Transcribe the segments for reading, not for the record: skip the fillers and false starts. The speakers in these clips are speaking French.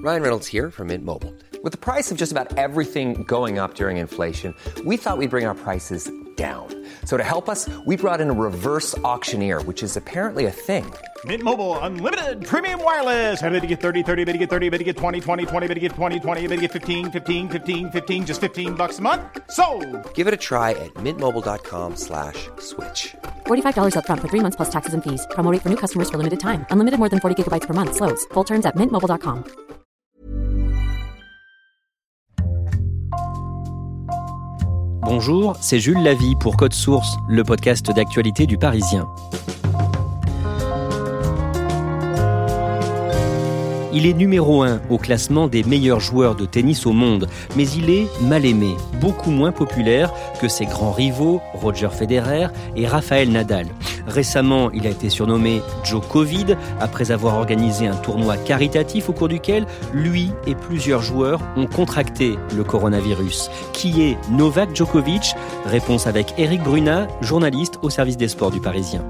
Ryan Reynolds here from Mint Mobile. With the price of just about everything going up during inflation, we thought we'd bring our prices down. So to help us, we brought in a reverse auctioneer, which is apparently a thing. Mint Mobile Unlimited Premium Wireless. How to get 30, 30, how to get 30, how to get 20, 20, 20, how to get 20, 20, how to get 15, 15, 15, 15, just $15 a month? Sold! Give it a try at mintmobile.com/switch. $45 up front for 3 months plus taxes and fees. Promo rate for new customers for limited time. Unlimited more than 40 gigabytes per month. Slows full terms at mintmobile.com. Bonjour, c'est Jules Lavie pour Code Source, le podcast d'actualité du Parisien. Il est numéro 1 au classement des meilleurs joueurs de tennis au monde, mais il est mal aimé, beaucoup moins populaire que ses grands rivaux Roger Federer et Rafael Nadal. Récemment, il a été surnommé Joe Covid après avoir organisé un tournoi caritatif au cours duquel lui et plusieurs joueurs ont contracté le coronavirus. Qui est Novak Djokovic ? Réponse avec Éric Brunat, journaliste au service des sports du Parisien.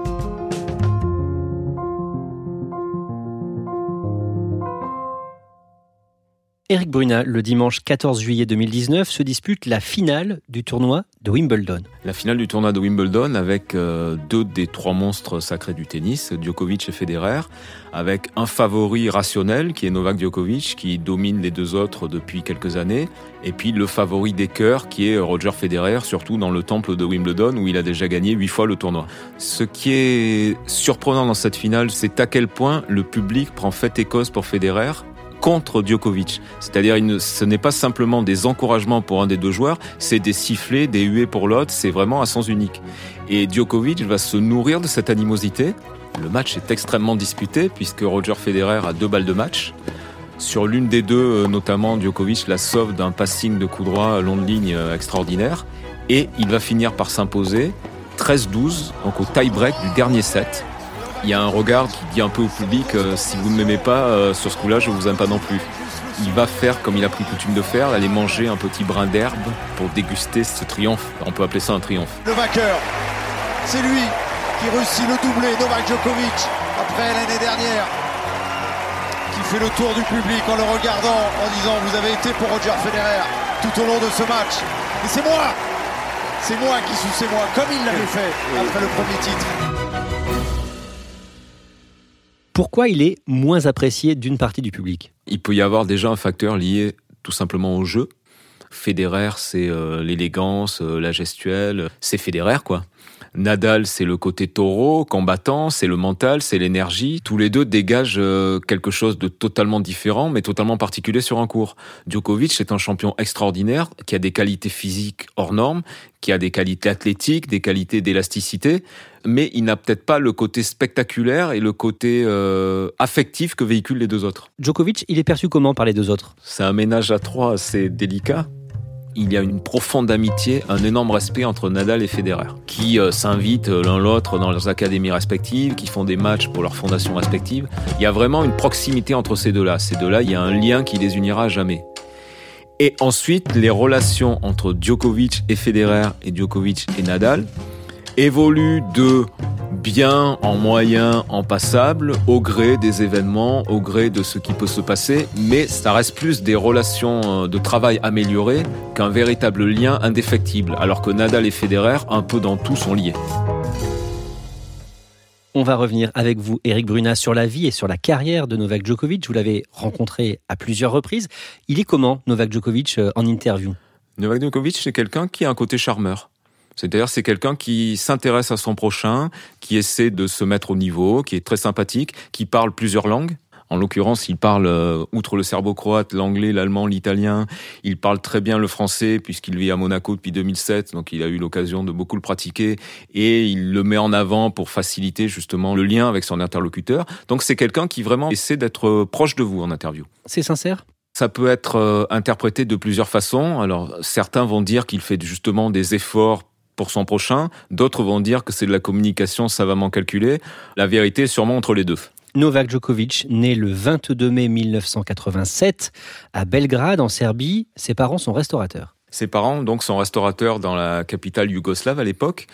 Éric Brunat, le dimanche 14 juillet 2019, se dispute la finale du tournoi de Wimbledon. La finale du tournoi de Wimbledon avec deux des trois monstres sacrés du tennis, Djokovic et Federer, avec un favori rationnel qui est Novak Djokovic, qui domine les deux autres depuis quelques années, et puis le favori des cœurs qui est Roger Federer, surtout dans le temple de Wimbledon où il a déjà gagné 8 fois le tournoi. Ce qui est surprenant dans cette finale, c'est à quel point le public prend fait et cause pour Federer contre Djokovic. C'est-à-dire, ce n'est pas simplement des encouragements pour un des deux joueurs, c'est des sifflets, des huées pour l'autre, c'est vraiment à sens unique. Et Djokovic va se nourrir de cette animosité. Le match est extrêmement disputé puisque Roger Federer a 2 balles de match. Sur l'une des deux, notamment, Djokovic la sauve d'un passing de coup droit long de ligne extraordinaire. Et il va finir par s'imposer 13-12, donc au tie-break du dernier set. Il y a un regard qui dit un peu au public si vous ne m'aimez pas sur ce coup-là, je vous aime pas non plus. Il va faire comme il a pris coutume de faire, aller manger un petit brin d'herbe pour déguster ce triomphe. On peut appeler ça un triomphe. Le vainqueur, c'est lui qui réussit le doublé, Novak Djokovic, après l'année dernière, qui fait le tour du public en le regardant, en disant vous avez été pour Roger Federer tout au long de ce match. Et c'est moi qui suis, c'est moi, comme il l'avait fait après le premier titre. Pourquoi il est moins apprécié d'une partie du public ? Il peut y avoir déjà un facteur lié tout simplement au jeu. Federer, c'est l'élégance, la gestuelle, c'est Federer quoi. Nadal, c'est le côté taureau, combattant, c'est le mental, c'est l'énergie. Tous les deux dégagent quelque chose de totalement différent, mais totalement particulier sur un court. Djokovic est un champion extraordinaire, qui a des qualités physiques hors normes, qui a des qualités athlétiques, des qualités d'élasticité, mais il n'a peut-être pas le côté spectaculaire et le côté affectif que véhiculent les deux autres. Djokovic, il est perçu comment par les deux autres ? C'est un ménage à trois assez délicat. Il y a une profonde amitié, un énorme respect entre Nadal et Federer, qui s'invitent l'un l'autre dans leurs académies respectives, qui font des matchs pour leurs fondations respectives. Il y a vraiment une proximité entre ces deux-là. Ces deux-là, il y a un lien qui les unira à jamais. Et ensuite, les relations entre Djokovic et Federer et Djokovic et Nadal évoluent de bien en moyen en passable au gré des événements, au gré de ce qui peut se passer, mais ça reste plus des relations de travail améliorées qu'un véritable lien indéfectible, alors que Nadal et Federer, un peu dans tout, sont liés. On va revenir avec vous, Éric Brunat, sur la vie et sur la carrière de Novak Djokovic. Vous l'avez rencontré à plusieurs reprises. Il est comment, Novak Djokovic, en interview ? Novak Djokovic, c'est quelqu'un qui a un côté charmeur. C'est-à-dire, c'est quelqu'un qui s'intéresse à son prochain, qui essaie de se mettre au niveau, qui est très sympathique, qui parle plusieurs langues. En l'occurrence, il parle, outre le serbo-croate, l'anglais, l'allemand, l'italien. Il parle très bien le français, puisqu'il vit à Monaco depuis 2007, donc il a eu l'occasion de beaucoup le pratiquer. Et il le met en avant pour faciliter justement le lien avec son interlocuteur. Donc c'est quelqu'un qui vraiment essaie d'être proche de vous en interview. C'est sincère ? Ça peut être interprété de plusieurs façons. Alors, certains vont dire qu'il fait justement des efforts pour son prochain. D'autres vont dire que c'est de la communication savamment calculée. La vérité est sûrement entre les deux. Novak Djokovic, né le 22 mai 1987 à Belgrade, en Serbie. Ses parents sont restaurateurs. Ses parents donc sont restaurateurs dans la capitale yougoslave à l'époque.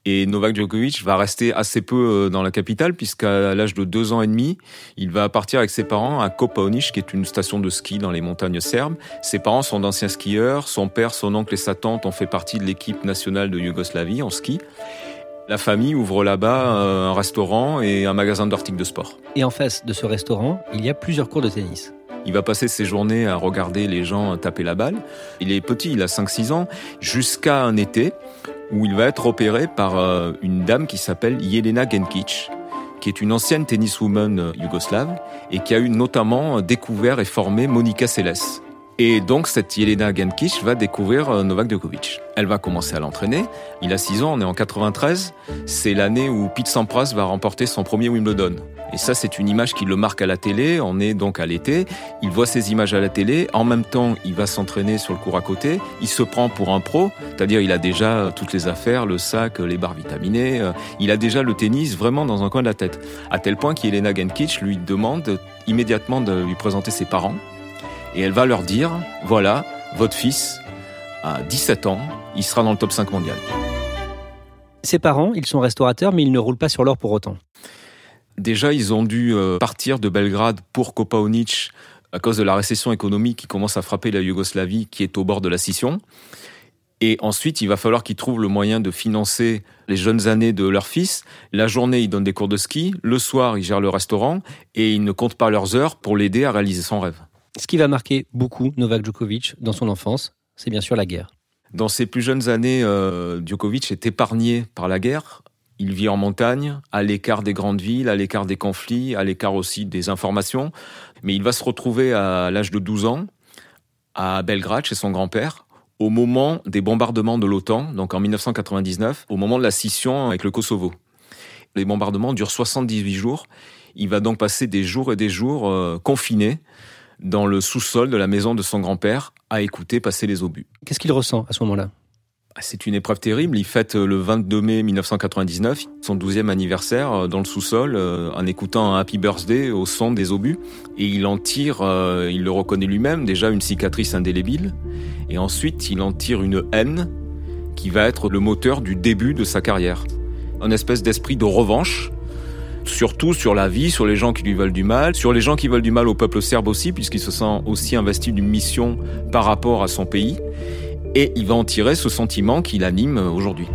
Et Novak Djokovic va rester assez peu dans la capitale, puisqu'à l'âge de 2 ans et demi, il va partir avec ses parents à Kopaonik, qui est une station de ski dans les montagnes serbes. Ses parents sont d'anciens skieurs. Son père, son oncle et sa tante ont fait partie de l'équipe nationale de Yougoslavie en ski. La famille ouvre là-bas un restaurant et un magasin d'articles de sport. Et en face de ce restaurant, il y a plusieurs cours de tennis. Il va passer ses journées à regarder les gens taper la balle. Il est petit, il a 5-6 ans, jusqu'à un été où il va être opéré par une dame qui s'appelle Jelena Genkic, qui est une ancienne tenniswoman yougoslave et qui a eu notamment découvert et formé Monica Seles. Et donc cette Jelena Genkic va découvrir Novak Djokovic. Elle va commencer à l'entraîner. Il a 6 ans, on est en 93. C'est l'année où Pete Sampras va remporter son premier Wimbledon. Et ça, c'est une image qui le marque à la télé. On est donc à l'été. Il voit ces images à la télé. En même temps, il va s'entraîner sur le court à côté. Il se prend pour un pro. C'est-à-dire, il a déjà toutes les affaires, le sac, les barres vitaminées. Il a déjà le tennis vraiment dans un coin de la tête. À tel point qu'Jelena Genkic lui demande immédiatement de lui présenter ses parents. Et elle va leur dire, voilà, votre fils a 17 ans, il sera dans le top 5 mondial. Ses parents, ils sont restaurateurs, mais ils ne roulent pas sur l'or pour autant. Déjà, ils ont dû partir de Belgrade pour Kopaonik à cause de la récession économique qui commence à frapper la Yougoslavie, qui est au bord de la scission. Et ensuite, il va falloir qu'ils trouvent le moyen de financer les jeunes années de leur fils. La journée, ils donnent des cours de ski. Le soir, ils gèrent le restaurant. Et ils ne comptent pas leurs heures pour l'aider à réaliser son rêve. Ce qui va marquer beaucoup Novak Djokovic dans son enfance, c'est bien sûr la guerre. Dans ses plus jeunes années, Djokovic est épargné par la guerre. Il vit en montagne, à l'écart des grandes villes, à l'écart des conflits, à l'écart aussi des informations. Mais il va se retrouver à l'âge de 12 ans, à Belgrade, chez son grand-père, au moment des bombardements de l'OTAN, donc en 1999, au moment de la scission avec le Kosovo. Les bombardements durent 78 jours. Il va donc passer des jours et des jours confiné dans le sous-sol de la maison de son grand-père à écouter passer les obus. Qu'est-ce qu'il ressent à ce moment-là ? C'est une épreuve terrible. Il fête le 22 mai 1999, son 12e anniversaire, dans le sous-sol, en écoutant un Happy Birthday au son des obus. Et il en tire, il le reconnaît lui-même, déjà une cicatrice indélébile. Et ensuite, il en tire une haine qui va être le moteur du début de sa carrière. Un espèce d'esprit de revanche, surtout sur la vie, sur les gens qui lui veulent du mal, sur les gens qui veulent du mal au peuple serbe aussi, puisqu'il se sent aussi investi d'une mission par rapport à son pays. Et il va en tirer ce sentiment qui l'anime aujourd'hui.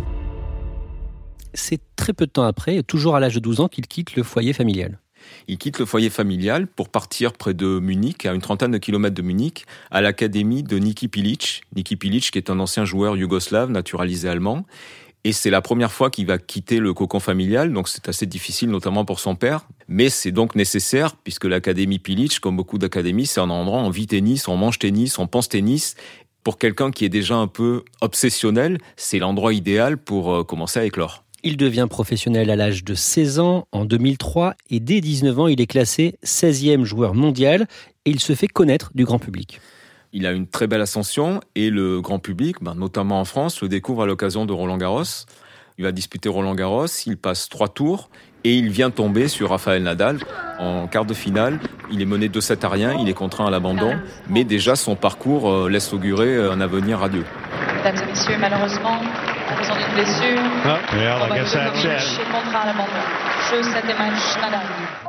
C'est très peu de temps après, toujours à l'âge de 12 ans, qu'il quitte le foyer familial. Il quitte le foyer familial pour partir près de Munich, à une trentaine de kilomètres de Munich, à l'académie de Niki Pilic. Niki Pilic, qui est un ancien joueur yougoslave, naturalisé allemand. Et c'est la première fois qu'il va quitter le cocon familial, donc c'est assez difficile, notamment pour son père. Mais c'est donc nécessaire, puisque l'académie Pilic, comme beaucoup d'académies, c'est un endroit où on vit tennis, on mange tennis, on pense tennis. Pour quelqu'un qui est déjà un peu obsessionnel, c'est l'endroit idéal pour commencer à éclore. Il devient professionnel à l'âge de 16 ans, en 2003, et dès 19 ans, il est classé 16e joueur mondial, et il se fait connaître du grand public. Il a une très belle ascension, et le grand public, notamment en France, le découvre à l'occasion de Roland-Garros. Il va disputer Roland-Garros, il passe 3 tours, et il vient tomber sur Rafael Nadal. En quart de finale, il est mené 2-7 à rien, il est contraint à l'abandon, mais déjà son parcours laisse augurer un avenir radieux. Mesdames et messieurs, malheureusement, en raison d'une blessure, Novak Djokovic contraint à l'abandon. Jeu 7 match, Nadal.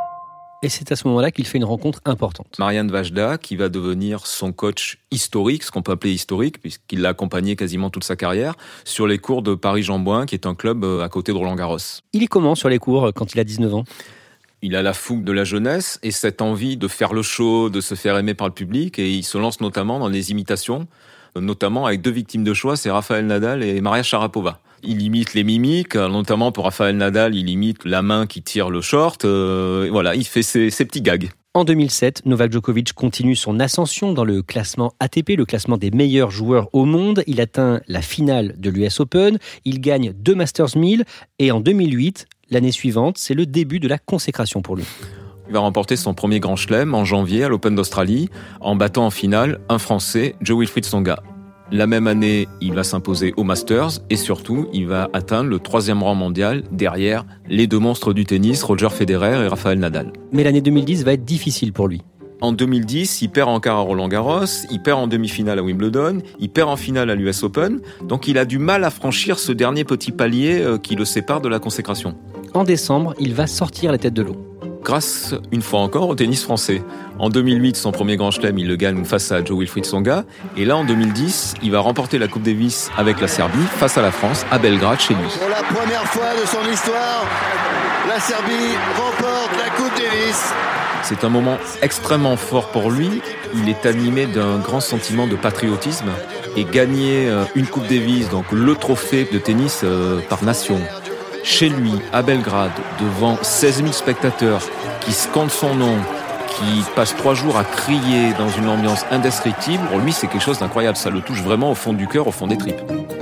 Et c'est à ce moment-là qu'il fait une rencontre importante. Marian Vajda, qui va devenir son coach historique, ce qu'on peut appeler historique, puisqu'il l'a accompagné quasiment toute sa carrière, sur les cours de Paris-Jean-Bouin, qui est un club à côté de Roland-Garros. Il est comment sur les cours quand il a 19 ans ? Il a la fougue de la jeunesse et cette envie de faire le show, de se faire aimer par le public, et il se lance notamment dans les imitations, notamment avec 2 victimes de choix, c'est Rafael Nadal et Maria Sharapova. Il imite les mimiques, notamment pour Rafael Nadal, il imite la main qui tire le short, voilà, il fait ses petits gags. En 2007, Novak Djokovic continue son ascension dans le classement ATP, le classement des meilleurs joueurs au monde. Il atteint la finale de l'US Open, il gagne 2 Masters 1000 et en 2008, l'année suivante, c'est le début de la consécration pour lui. Il va remporter son premier grand chelem en janvier à l'Open d'Australie en battant en finale un Français, Joe-Wilfried Tsonga. La même année, il va s'imposer au Masters et surtout, il va atteindre le 3e rang mondial derrière les 2 monstres du tennis, Roger Federer et Rafael Nadal. Mais l'année 2010 va être difficile pour lui. En 2010, il perd en quart à Roland-Garros, il perd en demi-finale à Wimbledon, il perd en finale à l'US Open. Donc il a du mal à franchir ce dernier petit palier qui le sépare de la consécration. En décembre, il va sortir la tête de l'eau. Grâce, une fois encore, au tennis français. En 2008, son premier grand chelem, il le gagne face à Joe-Wilfried Tsonga. Et là, en 2010, il va remporter la Coupe Davis avec la Serbie face à la France, à Belgrade, chez lui. Pour la première fois de son histoire, la Serbie remporte la Coupe Davis. C'est un moment extrêmement fort pour lui. Il est animé d'un grand sentiment de patriotisme. Et gagner une Coupe Davis, donc le trophée de tennis par nation, chez lui, à Belgrade, devant 16 000 spectateurs qui scandent son nom, qui passent 3 jours à crier dans une ambiance indescriptible, pour lui, c'est quelque chose d'incroyable. Ça le touche vraiment au fond du cœur, au fond des tripes.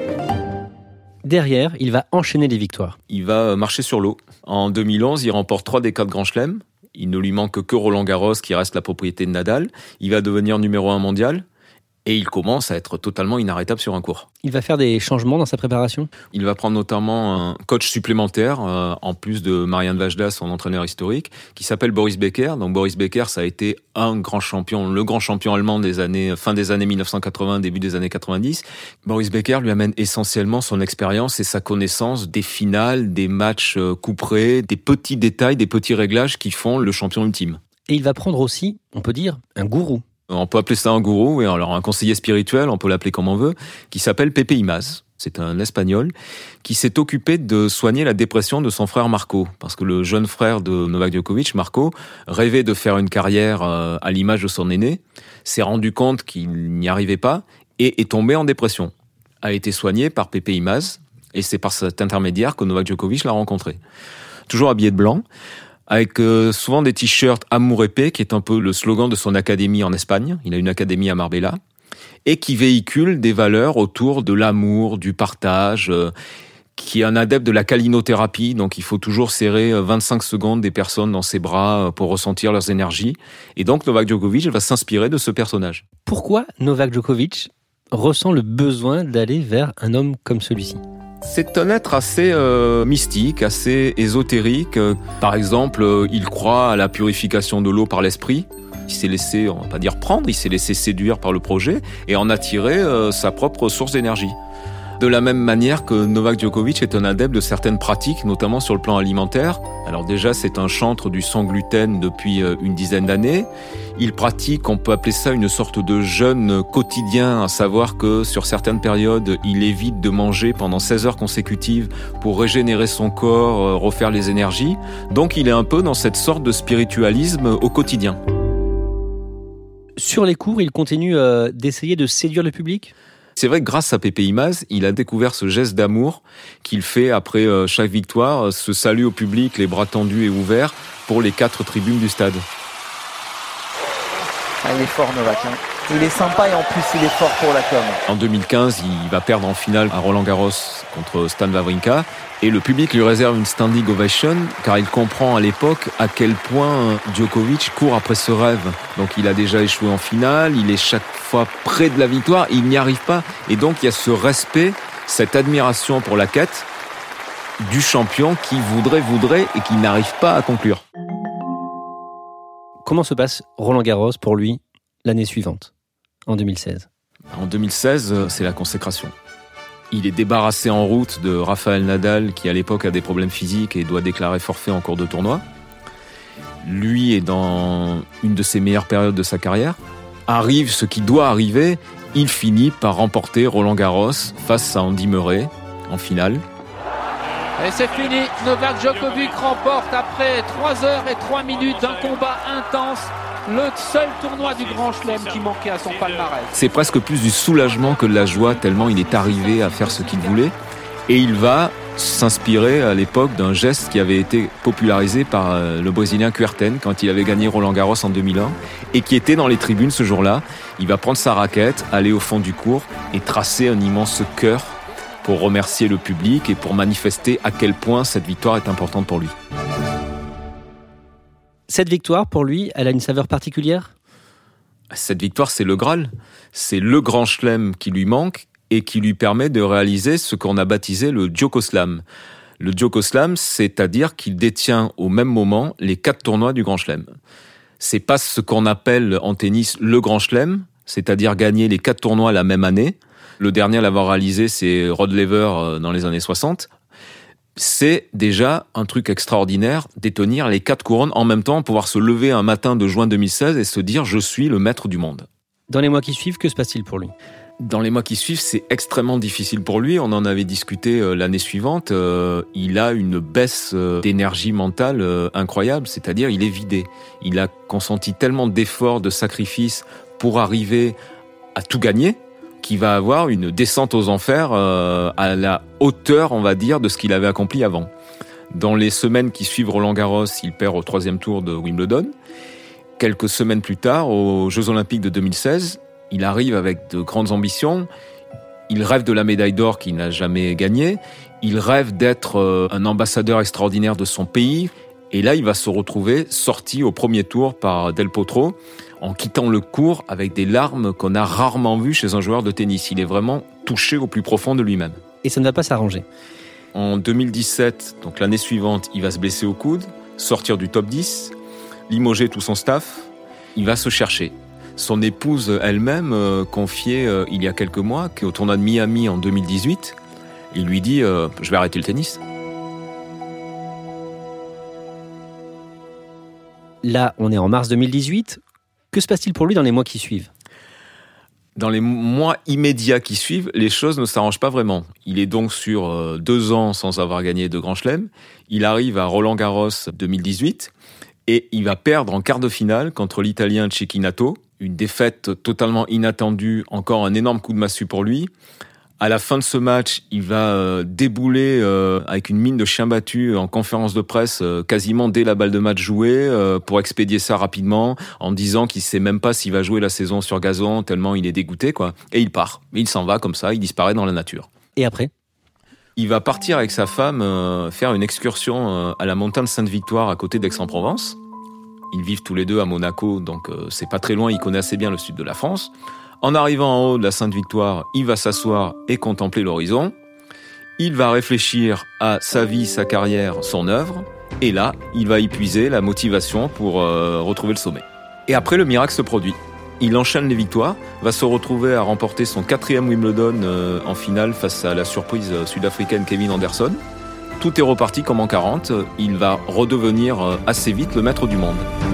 Derrière, il va enchaîner les victoires. Il va marcher sur l'eau. En 2011, il remporte 3 des 4 grands chelems. Il ne lui manque que Roland-Garros, qui reste la propriété de Nadal. Il va devenir numéro 1 mondial. Et il commence à être totalement inarrêtable sur un court. Il va faire des changements dans sa préparation ? Il va prendre notamment un coach supplémentaire, en plus de Marianne Vajda, son entraîneur historique, qui s'appelle Boris Becker. Donc Boris Becker, ça a été un grand champion, le grand champion allemand fin des années 1980, début des années 90. Boris Becker lui amène essentiellement son expérience et sa connaissance des finales, des matchs couperés, des petits détails, des petits réglages qui font le champion ultime. Et il va prendre aussi, on peut dire, un gourou. On peut appeler ça un gourou, et alors un conseiller spirituel, on peut l'appeler comme on veut, qui s'appelle Pepe Imaz. C'est un Espagnol qui s'est occupé de soigner la dépression de son frère Marco. Parce que le jeune frère de Novak Djokovic, Marco, rêvait de faire une carrière à l'image de son aîné, s'est rendu compte qu'il n'y arrivait pas et est tombé en dépression. A été soigné par Pepe Imaz, et c'est par cet intermédiaire que Novak Djokovic l'a rencontré. Toujours habillé de blanc, avec souvent des t-shirts Amour et paix, qui est un peu le slogan de son académie en Espagne. Il a une académie à Marbella, et qui véhicule des valeurs autour de l'amour, du partage, qui est un adepte de la calinothérapie, donc il faut toujours serrer 25 secondes des personnes dans ses bras pour ressentir leurs énergies. Et donc Novak Djokovic va s'inspirer de ce personnage. Pourquoi Novak Djokovic ressent le besoin d'aller vers un homme comme celui-ci ? C'est un être assez mystique, assez ésotérique. Par exemple, il croit à la purification de l'eau par l'esprit. Il s'est laissé, on va pas dire prendre, il s'est laissé séduire par le projet et en a tiré sa propre source d'énergie. De la même manière que Novak Djokovic est un adepte de certaines pratiques, notamment sur le plan alimentaire. Alors déjà, c'est un chantre du sans gluten depuis une dizaine d'années. Il pratique, on peut appeler ça une sorte de jeûne quotidien, à savoir que sur certaines périodes, il évite de manger pendant 16 heures consécutives pour régénérer son corps, refaire les énergies. Donc il est un peu dans cette sorte de spiritualisme au quotidien. Sur les cours, il continue d'essayer de séduire le public ? C'est vrai que grâce à Pepe Imaz, il a découvert ce geste d'amour qu'il fait après chaque victoire, ce salut au public, les bras tendus et ouverts pour les 4 tribunes du stade. Ah, il est fort Novak, hein. Il est sympa et en plus il est fort pour la com. En 2015, il va perdre en finale à Roland-Garros contre Stan Wawrinka et le public lui réserve une standing ovation car il comprend à l'époque à quel point Djokovic court après ce rêve. Donc il a déjà échoué en finale, il est chaque fois près de la victoire, il n'y arrive pas. Et donc il y a ce respect, cette admiration pour la quête du champion qui voudrait et qui n'arrive pas à conclure. Comment se passe Roland-Garros pour lui l'année suivante, en 2016 ? En 2016, c'est la consécration. Il est débarrassé en route de Rafael Nadal, qui à l'époque a des problèmes physiques et doit déclarer forfait en cours de tournoi. Lui est dans une de ses meilleures périodes de sa carrière. Arrive ce qui doit arriver, il finit par remporter Roland-Garros face à Andy Murray en finale. Et c'est fini, Novak Djokovic remporte après 3 heures et 3 minutes d'un combat intense le seul tournoi du Grand Chelem qui manquait à son palmarès. C'est presque plus du soulagement que de la joie tellement il est arrivé à faire ce qu'il voulait. Et il va s'inspirer à l'époque d'un geste qui avait été popularisé par le Brésilien Kuerten quand il avait gagné Roland-Garros en 2001 et qui était dans les tribunes ce jour-là. Il va prendre sa raquette, aller au fond du court et tracer un immense cœur pour remercier le public et pour manifester à quel point cette victoire est importante pour lui. Cette victoire, pour lui, elle a une saveur particulière ? Cette victoire, c'est le Graal. C'est le grand chelem qui lui manque et qui lui permet de réaliser ce qu'on a baptisé le Djokoslam. Le Djokoslam, c'est-à-dire qu'il détient au même moment les 4 tournois du Grand Chelem. C'est pas ce qu'on appelle en tennis le Grand Chelem, c'est-à-dire gagner les 4 tournois la même année. Le dernier à l'avoir réalisé, c'est Rod Laver dans les années 60. C'est déjà un truc extraordinaire, détenir les 4 couronnes en même temps, pouvoir se lever un matin de juin 2016 et se dire « je suis le maître du monde ». Dans les mois qui suivent, que se passe-t-il pour lui ? Dans les mois qui suivent, c'est extrêmement difficile pour lui. On en avait discuté l'année suivante. Il a une baisse d'énergie mentale incroyable, c'est-à-dire il est vidé. Il a consenti tellement d'efforts, de sacrifices pour arriver à tout gagner, qu'il va avoir une descente aux enfers à la hauteur, on va dire, de ce qu'il avait accompli avant. Dans les semaines qui suivent Roland-Garros, il perd au 3e tour de Wimbledon. Quelques semaines plus tard, aux Jeux Olympiques de 2016, il arrive avec de grandes ambitions. Il rêve de la médaille d'or qu'il n'a jamais gagnée. Il rêve d'être un ambassadeur extraordinaire de son pays. Et là, il va se retrouver sorti au premier tour par Del Potro, en quittant le court avec des larmes qu'on a rarement vues chez un joueur de tennis. Il est vraiment touché au plus profond de lui-même. Et ça ne va pas s'arranger. En 2017, donc l'année suivante, il va se blesser au coude, sortir du top 10, limoger tout son staff. Il va se chercher. Son épouse elle-même confiait il y a quelques mois qu'au tournoi de Miami en 2018, il lui dit « je vais arrêter le tennis ». Là, on est en mars 2018. Que se passe-t-il pour lui dans les mois qui suivent ? Dans les mois immédiats qui suivent, les choses ne s'arrangent pas vraiment. Il est donc sur 2 ans sans avoir gagné de Grand Chelem. Il arrive à Roland-Garros 2018 et il va perdre en quart de finale contre l'Italien Cecchinato. Une défaite totalement inattendue, encore un énorme coup de massue pour lui. À la fin de ce match, il va débouler avec une mine de chien battu en conférence de presse quasiment dès la balle de match jouée pour expédier ça rapidement en disant qu'il sait même pas s'il va jouer la saison sur gazon tellement il est dégoûté, quoi. Et il part. Il s'en va comme ça, il disparaît dans la nature. Et après ? Il va partir avec sa femme faire une excursion à la montagne Sainte-Victoire à côté d'Aix-en-Provence. Ils vivent tous les deux à Monaco, donc c'est pas très loin, il connaît assez bien le sud de la France. En arrivant en haut de la Sainte-Victoire, il va s'asseoir et contempler l'horizon. Il va réfléchir à sa vie, sa carrière, son œuvre. Et là, il va y puiser la motivation pour retrouver le sommet. Et après, le miracle se produit. Il enchaîne les victoires, va se retrouver à remporter son 4e Wimbledon en finale face à la surprise sud-africaine Kevin Anderson. Tout est reparti comme en 40. Il va redevenir assez vite le maître du monde.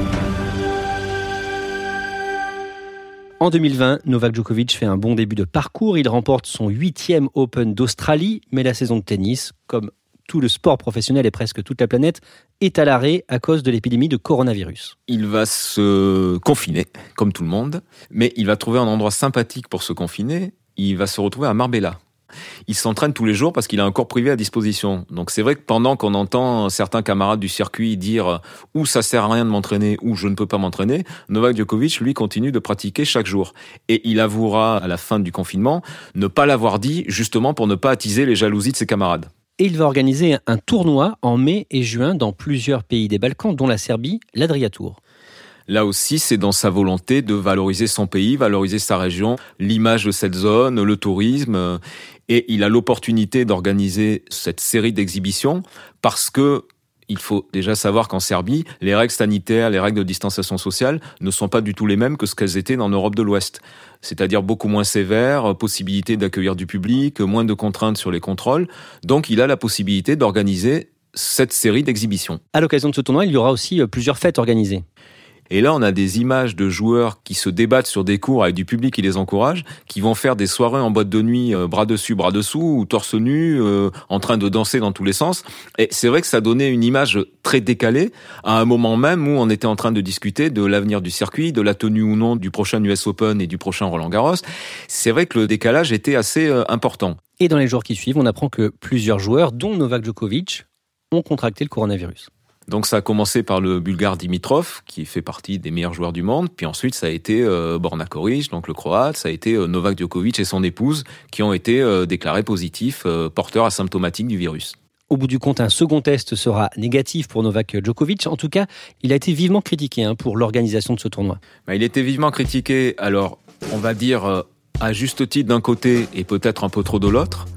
En 2020, Novak Djokovic fait un bon début de parcours. Il remporte son 8e Open d'Australie, mais la saison de tennis, comme tout le sport professionnel et presque toute la planète, est à l'arrêt à cause de l'épidémie de coronavirus. Il va se confiner, comme tout le monde, mais il va trouver un endroit sympathique pour se confiner. Il va se retrouver à Marbella. Il s'entraîne tous les jours parce qu'il a un cours privé à disposition. Donc c'est vrai que pendant qu'on entend certains camarades du circuit dire « ou ça sert à rien de m'entraîner ou je ne peux pas m'entraîner », Novak Djokovic, lui, continue de pratiquer chaque jour. Et il avouera à la fin du confinement ne pas l'avoir dit justement pour ne pas attiser les jalousies de ses camarades. Et il va organiser un tournoi en mai et juin dans plusieurs pays des Balkans, dont la Serbie, l'Adria Tour. Là aussi, c'est dans sa volonté de valoriser son pays, valoriser sa région, l'image de cette zone, le tourisme. Et il a l'opportunité d'organiser cette série d'exhibitions parce que il faut déjà savoir qu'en Serbie, les règles sanitaires, les règles de distanciation sociale ne sont pas du tout les mêmes que ce qu'elles étaient en Europe de l'Ouest. C'est-à-dire beaucoup moins sévères, possibilité d'accueillir du public, moins de contraintes sur les contrôles. Donc il a la possibilité d'organiser cette série d'exhibitions. À l'occasion de ce tournoi, il y aura aussi plusieurs fêtes organisées. Et là, on a des images de joueurs qui se débattent sur des cours avec du public qui les encourage, qui vont faire des soirées en boîte de nuit, bras dessus, bras dessous, ou torse nu, en train de danser dans tous les sens. Et c'est vrai que ça donnait une image très décalée, à un moment même où on était en train de discuter de l'avenir du circuit, de la tenue ou non du prochain US Open et du prochain Roland-Garros. C'est vrai que le décalage était assez important. Et dans les jours qui suivent, on apprend que plusieurs joueurs, dont Novak Djokovic, ont contracté le coronavirus. Donc ça a commencé par le Bulgare Dimitrov, qui fait partie des meilleurs joueurs du monde. Puis ensuite, ça a été Borna Koric, donc le Croate. Ça a été Novak Djokovic et son épouse, qui ont été déclarés positifs, porteurs asymptomatiques du virus. Au bout du compte, un second test sera négatif pour Novak Djokovic. En tout cas, il a été vivement critiqué pour l'organisation de ce tournoi. Il était vivement critiqué, alors on va dire à juste titre d'un côté et peut-être un peu trop de l'autre.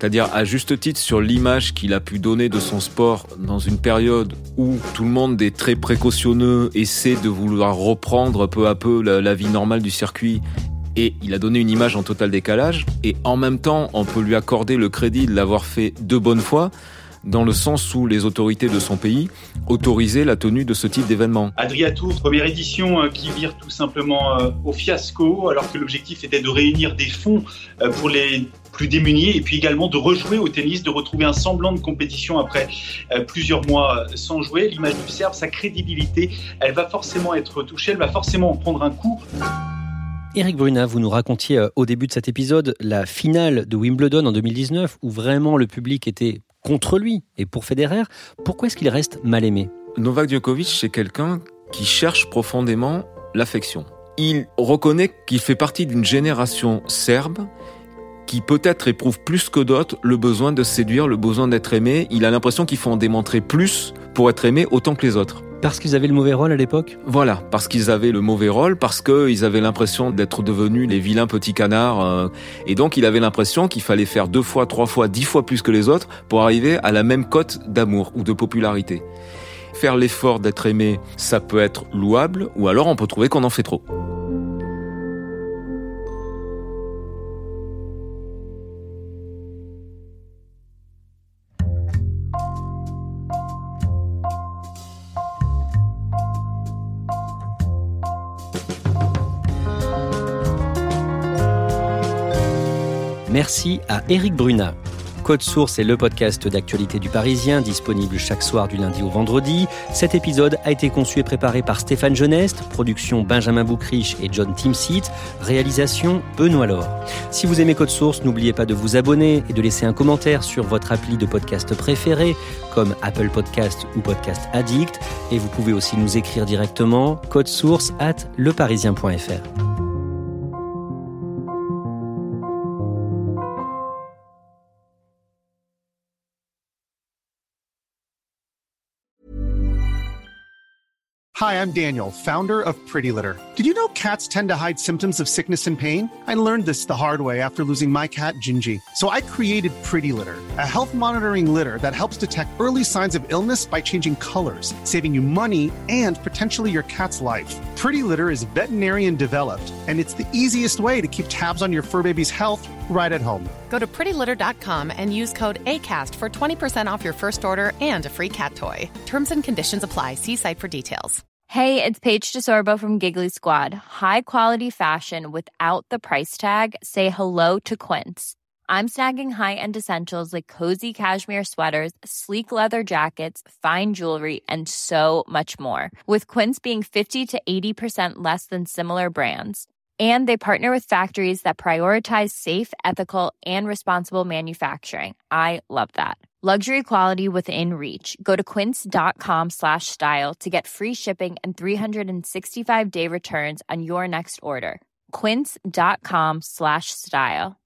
C'est-à-dire, à juste titre, sur l'image qu'il a pu donner de son sport dans une période où tout le monde est très précautionneux, essaie de vouloir reprendre peu à peu la vie normale du circuit. Et il a donné une image en total décalage. Et en même temps, on peut lui accorder le crédit de l'avoir fait de bonne foi, dans le sens où les autorités de son pays autorisaient la tenue de ce type d'événement. Adria Tour, première édition qui vire tout simplement au fiasco, alors que l'objectif était de réunir des fonds pour les plus démunis et puis également de rejouer au tennis, de retrouver un semblant de compétition après plusieurs mois sans jouer. L'image du Serbe, sa crédibilité, elle va forcément être touchée, elle va forcément en prendre un coup. Eric Brunat, vous nous racontiez au début de cet épisode la finale de Wimbledon en 2019 où vraiment le public était contre lui et pour Federer. Pourquoi est-ce qu'il reste mal aimé ? Novak Djokovic, c'est quelqu'un qui cherche profondément l'affection. Il reconnaît qu'il fait partie d'une génération serbe qui peut-être éprouve plus que d'autres le besoin de séduire, le besoin d'être aimé. Il a l'impression qu'il faut en démontrer plus pour être aimé autant que les autres. Parce qu'ils avaient le mauvais rôle à l'époque ? Voilà, parce qu'ils avaient le mauvais rôle, parce qu'ils avaient l'impression d'être devenus les vilains petits canards. Et donc, il avait l'impression qu'il fallait faire 2 fois, 3 fois, 10 fois plus que les autres pour arriver à la même cote d'amour ou de popularité. Faire l'effort d'être aimé, ça peut être louable, ou alors on peut trouver qu'on en fait trop. Merci à Eric Brunat. Code Source est le podcast d'actualité du Parisien, disponible chaque soir du lundi au vendredi. Cet épisode a été conçu et préparé par Stéphane Geneste, production Benjamin Boucriche et John Timsit, réalisation Benoît Laure. Si vous aimez Code Source, n'oubliez pas de vous abonner et de laisser un commentaire sur votre appli de podcast préféré, comme Apple Podcast ou Podcast Addict. Et vous pouvez aussi nous écrire directement codesource@leparisien.fr. Hi, I'm Daniel, founder of Pretty Litter. Did you know cats tend to hide symptoms of sickness and pain? I learned this the hard way after losing my cat, Gingy. So I created Pretty Litter, a health monitoring litter that helps detect early signs of illness by changing colors, saving you money and potentially your cat's life. Pretty Litter is veterinarian developed, and it's the easiest way to keep tabs on your fur baby's health right at home. Go to prettylitter.com and use code ACAST for 20% off your first order and a free cat toy. Terms and conditions apply. See site for details. Hey, it's Paige DeSorbo from Giggly Squad. High quality fashion without the price tag. Say hello to Quince. I'm snagging high-end essentials like cozy cashmere sweaters, sleek leather jackets, fine jewelry, and so much more. With Quince being 50 to 80% less than similar brands. And they partner with factories that prioritize safe, ethical, and responsible manufacturing. I love that. Luxury quality within reach. Go to quince.com/style to get free shipping and 365-day returns on your next order. Quince.com/style.